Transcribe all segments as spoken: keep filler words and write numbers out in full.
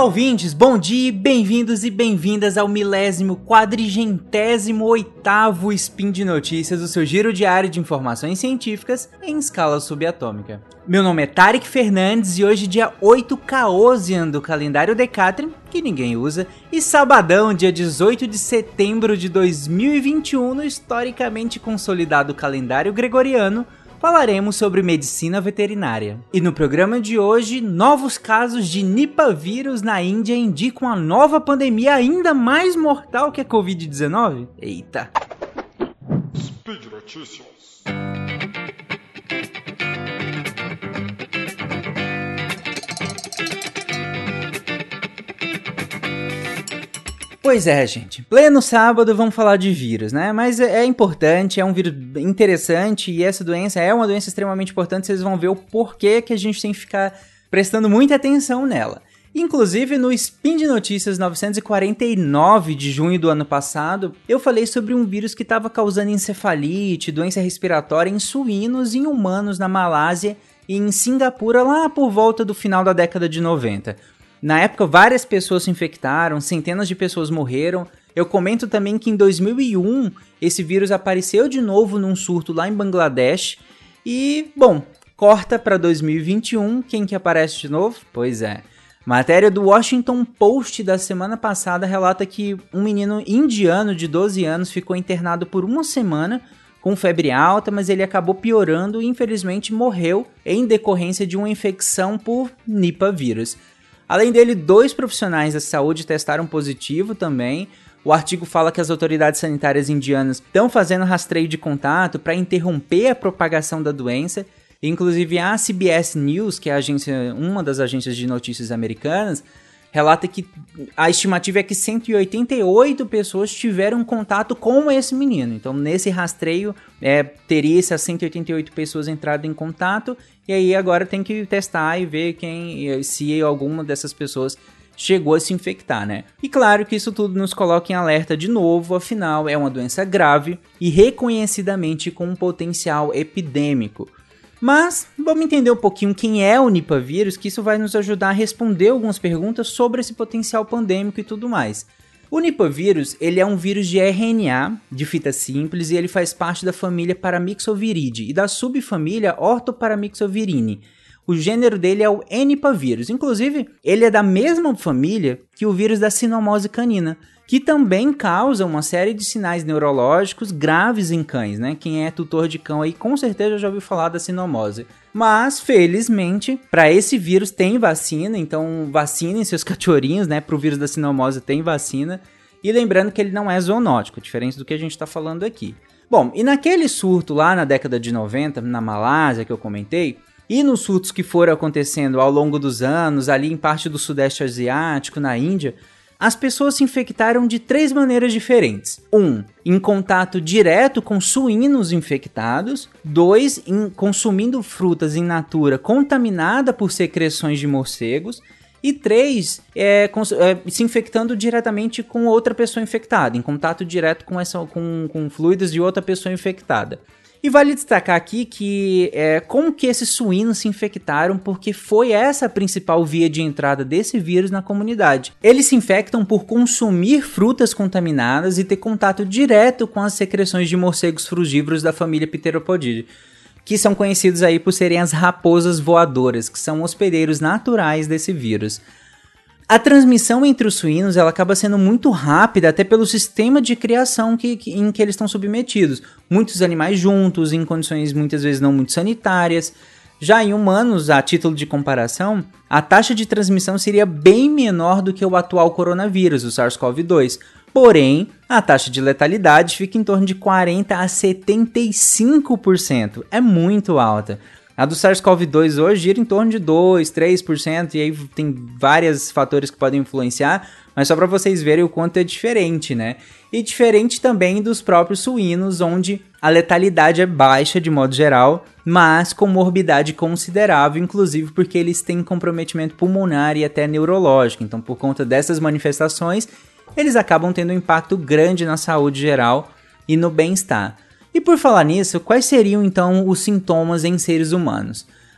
Olá, ouvintes, bom dia, bem-vindos e bem-vindas ao milésimo quadrigentésimo oitavo Spin de Notícias, o seu giro diário de informações científicas em escala subatômica. Meu nome é Tarek Fernandes e hoje dia oito Caosian do calendário Decatrium, que ninguém usa, e sabadão, dia dezoito de setembro de dois mil e vinte e um, no historicamente consolidado calendário gregoriano, falaremos sobre medicina veterinária. E no programa de hoje, novos casos de Nipah vírus na Índia indicam a nova pandemia ainda mais mortal que a covid dezenove? Eita! Speed Notícias. Pois é, gente, pleno sábado vamos falar de vírus, né? Mas é importante, é um vírus interessante e essa doença é uma doença extremamente importante, vocês vão ver o porquê que a gente tem que ficar prestando muita atenção nela. Inclusive, no Spin de Notícias novecentos e quarenta e nove de junho do ano passado, eu falei sobre um vírus que estava causando encefalite, doença respiratória em suínos e em humanos na Malásia e em Singapura lá por volta do final da década de noventa. Na época, várias pessoas se infectaram, centenas de pessoas morreram. Eu comento também que em dois mil e um, esse vírus apareceu de novo num surto lá em Bangladesh. E, bom, corta para dois mil e vinte e um, quem que aparece de novo? Pois é. Matéria do Washington Post da semana passada relata que um menino indiano de doze anos ficou internado por uma semana com febre alta, mas ele acabou piorando e infelizmente morreu em decorrência de uma infecção por Nipah vírus. Além dele, dois profissionais da saúde testaram positivo também. O artigo fala que as autoridades sanitárias indianas estão fazendo rastreio de contato para interromper a propagação da doença. Inclusive, a C B S News, que é a agência, uma das agências de notícias americanas, relata que a estimativa é que cento e oitenta e oito pessoas tiveram contato com esse menino. Então, nesse rastreio, é, teria essas cento e oitenta e oito pessoas entrado em contato. E aí, agora tem que testar e ver quem, se alguma dessas pessoas chegou a se infectar, né? E claro que isso tudo nos coloca em alerta de novo, afinal, é uma doença grave e reconhecidamente com um potencial epidêmico. Mas vamos entender um pouquinho quem é o Nipah vírus, que isso vai nos ajudar a responder algumas perguntas sobre esse potencial pandêmico e tudo mais. O Nipah vírus, ele é um vírus de R N A, de fita simples, e ele faz parte da família Paramyxoviridae e da subfamília Orthoparamyxoviridae. O gênero dele é o Enipavírus. Inclusive, ele é da mesma família que o vírus da sinomose canina, que também causa uma série de sinais neurológicos graves em cães, né? Quem é tutor de cão aí com certeza já ouviu falar da sinomose. Mas, felizmente, para esse vírus tem vacina, então vacinem seus cachorrinhos, né? Para o vírus da sinomose tem vacina. E lembrando que ele não é zoonótico, diferente do que a gente está falando aqui. Bom, e naquele surto lá na década de noventa, na Malásia que eu comentei, e nos surtos que foram acontecendo ao longo dos anos, ali em parte do Sudeste Asiático, na Índia, as pessoas se infectaram de três maneiras diferentes. um. Em contato direto com suínos infectados. dois. Em consumindo frutas in natura contaminada por secreções de morcegos. E três. É, é, se infectando diretamente com outra pessoa infectada, em contato direto com, essa, com, com fluidos de outra pessoa infectada. E vale destacar aqui que é, como que esses suínos se infectaram, porque foi essa a principal via de entrada desse vírus na comunidade. Eles se infectam por consumir frutas contaminadas e ter contato direto com as secreções de morcegos frugívoros da família Pteropodidae, que são conhecidos aí por serem as raposas voadoras, que são hospedeiros naturais desse vírus. A transmissão entre os suínos ela acaba sendo muito rápida, até pelo sistema de criação que, que, em que eles estão submetidos. Muitos animais juntos, em condições muitas vezes não muito sanitárias. Já em humanos, a título de comparação, a taxa de transmissão seria bem menor do que o atual coronavírus, o SARS-CoV dois. Porém, a taxa de letalidade fica em torno de quarenta a setenta e cinco por cento. É muito alta. A do SARS-CoV dois hoje gira em torno de dois, três por cento, e aí tem vários fatores que podem influenciar, mas só para vocês verem o quanto é diferente, né? E diferente também dos próprios suínos, onde a letalidade é baixa de modo geral, mas com morbidade considerável, inclusive porque eles têm comprometimento pulmonar e até neurológico. Então, por conta dessas manifestações, eles acabam tendo um impacto grande na saúde geral e no bem-estar. E por falar nisso, quais seriam então os sintomas em seres humanos?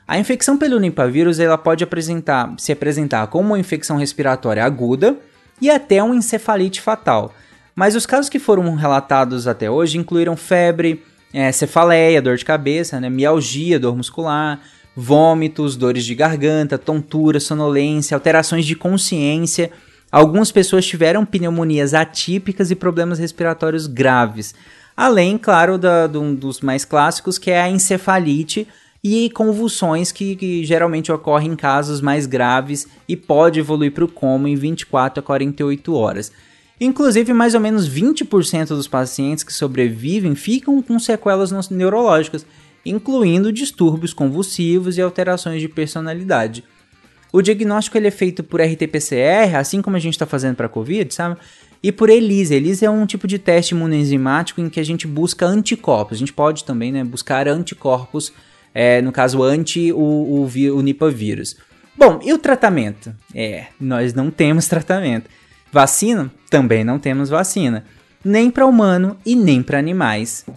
A infecção pelo Nipah vírus ela pode apresentar, se apresentar como uma infecção respiratória aguda e até uma encefalite fatal. Mas os casos que foram relatados até hoje incluíram febre, é, cefaleia, dor de cabeça, né, mialgia, dor muscular, vômitos, dores de garganta, tontura, sonolência, alterações de consciência. Algumas pessoas tiveram pneumonias atípicas e problemas respiratórios graves. Além, claro, da, do, dos mais clássicos, que é a encefalite e convulsões que, que geralmente ocorrem em casos mais graves e pode evoluir para o coma em vinte e quatro a quarenta e oito horas. Inclusive, mais ou menos vinte por cento dos pacientes que sobrevivem ficam com sequelas neurológicas, incluindo distúrbios convulsivos e alterações de personalidade. O diagnóstico ele é feito por R T P C R, assim como a gente está fazendo para a Covid, sabe? E por ELISA. ELISA é um tipo de teste imunoenzimático em que a gente busca anticorpos. A gente pode também, né, buscar anticorpos, é, no caso, anti o, o, o Nipah vírus. Bom, e o tratamento? É, nós não temos tratamento. Vacina? Também não temos vacina. Nem para humano e nem para animais.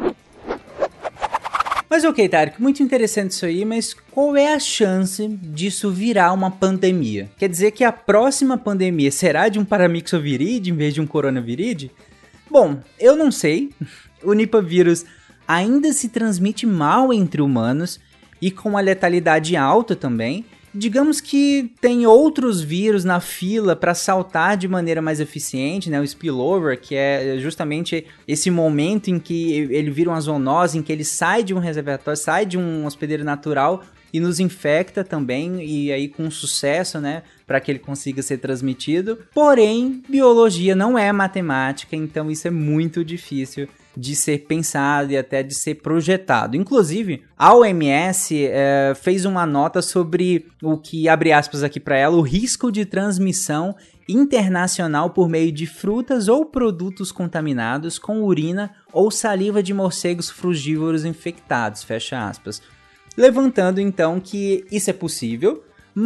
Mas ok, Tarek, muito interessante isso aí, mas qual é a chance disso virar uma pandemia? Quer dizer que a próxima pandemia será de um paramyxoviridae em vez de um coronaviridae? Bom, eu não sei. O Nipah vírus ainda se transmite mal entre humanos e com a letalidade alta também. Digamos que tem outros vírus na fila para saltar de maneira mais eficiente, né? O spillover, que é justamente esse momento em que ele vira uma zoonose, em que ele sai de um reservatório, sai de um hospedeiro natural e nos infecta também, e aí com sucesso, né? Para que ele consiga ser transmitido. Porém, biologia não é matemática, então isso é muito difícil de ser pensado e até de ser projetado. Inclusive, a O M S é, fez uma nota sobre o que, abre aspas aqui para ela, o risco de transmissão internacional por meio de frutas ou produtos contaminados com urina ou saliva de morcegos frugívoros infectados, fecha aspas. Levantando então que isso é possível,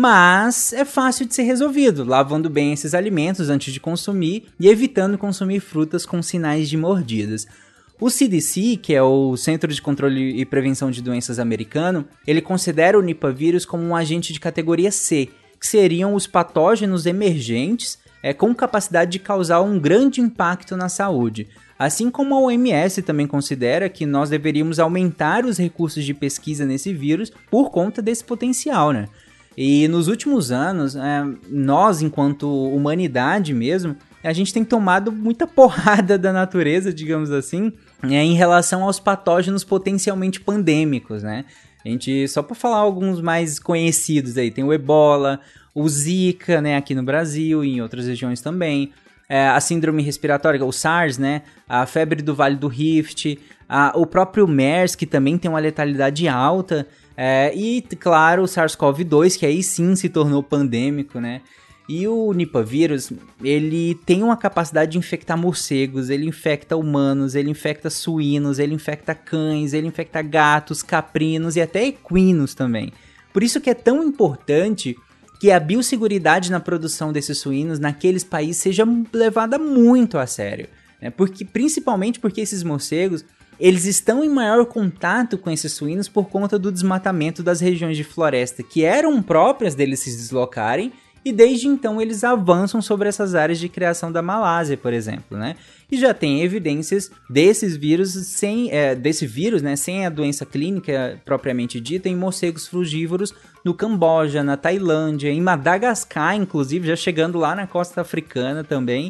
mas é fácil de ser resolvido, lavando bem esses alimentos antes de consumir e evitando consumir frutas com sinais de mordidas. O C D C, que é o Centro de Controle e Prevenção de Doenças americano, ele considera o Nipah vírus como um agente de categoria C, que seriam os patógenos emergentes é, com capacidade de causar um grande impacto na saúde. Assim como a O M S também considera que nós deveríamos aumentar os recursos de pesquisa nesse vírus por conta desse potencial, né? E nos últimos anos, é, nós, enquanto humanidade mesmo, a gente tem tomado muita porrada da natureza, digamos assim, é, em relação aos patógenos potencialmente pandêmicos, né? A gente, só para falar alguns mais conhecidos aí, tem o Ebola, o Zika, né, aqui no Brasil e em outras regiões também, é, a síndrome respiratória, o SARS, né, a febre do Vale do Rift, a, o próprio MERS, que também tem uma letalidade alta, é, e, claro, o SARS-CoV dois, que aí sim se tornou pandêmico, né? E o Nipah vírus, ele tem uma capacidade de infectar morcegos, ele infecta humanos, ele infecta suínos, ele infecta cães, ele infecta gatos, caprinos e até equinos também. Por isso que é tão importante que a biosseguridade na produção desses suínos naqueles países seja levada muito a sério, né? Porque, principalmente porque esses morcegos, eles estão em maior contato com esses suínos por conta do desmatamento das regiões de floresta que eram próprias deles se deslocarem, e desde então eles avançam sobre essas áreas de criação da Malásia, por exemplo, né? E já tem evidências desses vírus sem, é, desse vírus, né, sem a doença clínica propriamente dita, em morcegos frugívoros no Camboja, na Tailândia, em Madagascar, inclusive, já chegando lá na costa africana também.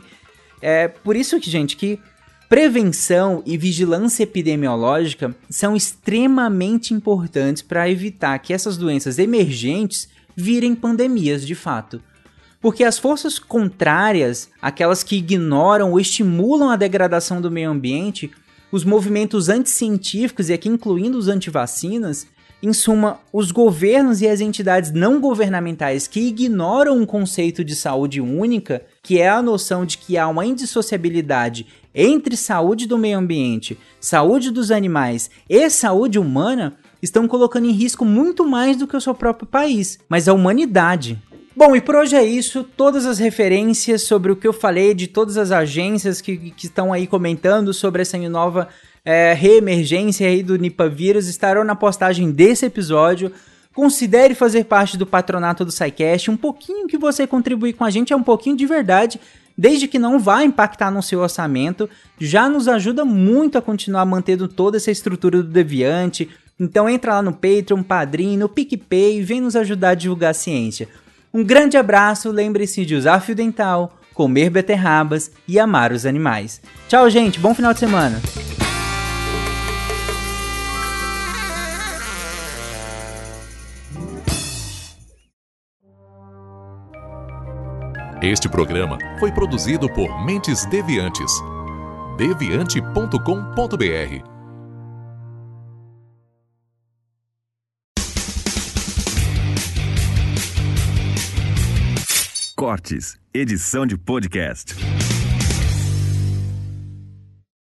É por isso que, gente, que prevenção e vigilância epidemiológica são extremamente importantes para evitar que essas doenças emergentes virem pandemias de fato. Porque as forças contrárias, aquelas que ignoram ou estimulam a degradação do meio ambiente, os movimentos anticientíficos, e aqui incluindo os antivacinas, em suma, os governos e as entidades não governamentais que ignoram um conceito de saúde única, que é a noção de que há uma indissociabilidade entre saúde do meio ambiente, saúde dos animais e saúde humana, estão colocando em risco muito mais do que o seu próprio país, mas a humanidade. Bom, e por hoje é isso. Todas as referências sobre o que eu falei de todas as agências que, que estão aí comentando sobre essa nova é, reemergência aí do Nipah vírus estarão na postagem desse episódio. considere fazer parte do patronato do SciCast. Um pouquinho que você contribuir com a gente é um pouquinho de verdade, desde que não vá impactar no seu orçamento, já nos ajuda muito a continuar mantendo toda essa estrutura do Deviante. Então entra lá no Patreon, Padrim, no PicPay e vem nos ajudar a divulgar a ciência. Um grande abraço, lembre-se de usar fio dental, comer beterrabas e amar os animais. Tchau, gente, bom final de semana! Este programa foi produzido por Mentes Deviantes. deviante ponto com ponto b r. Cortes, edição de podcast.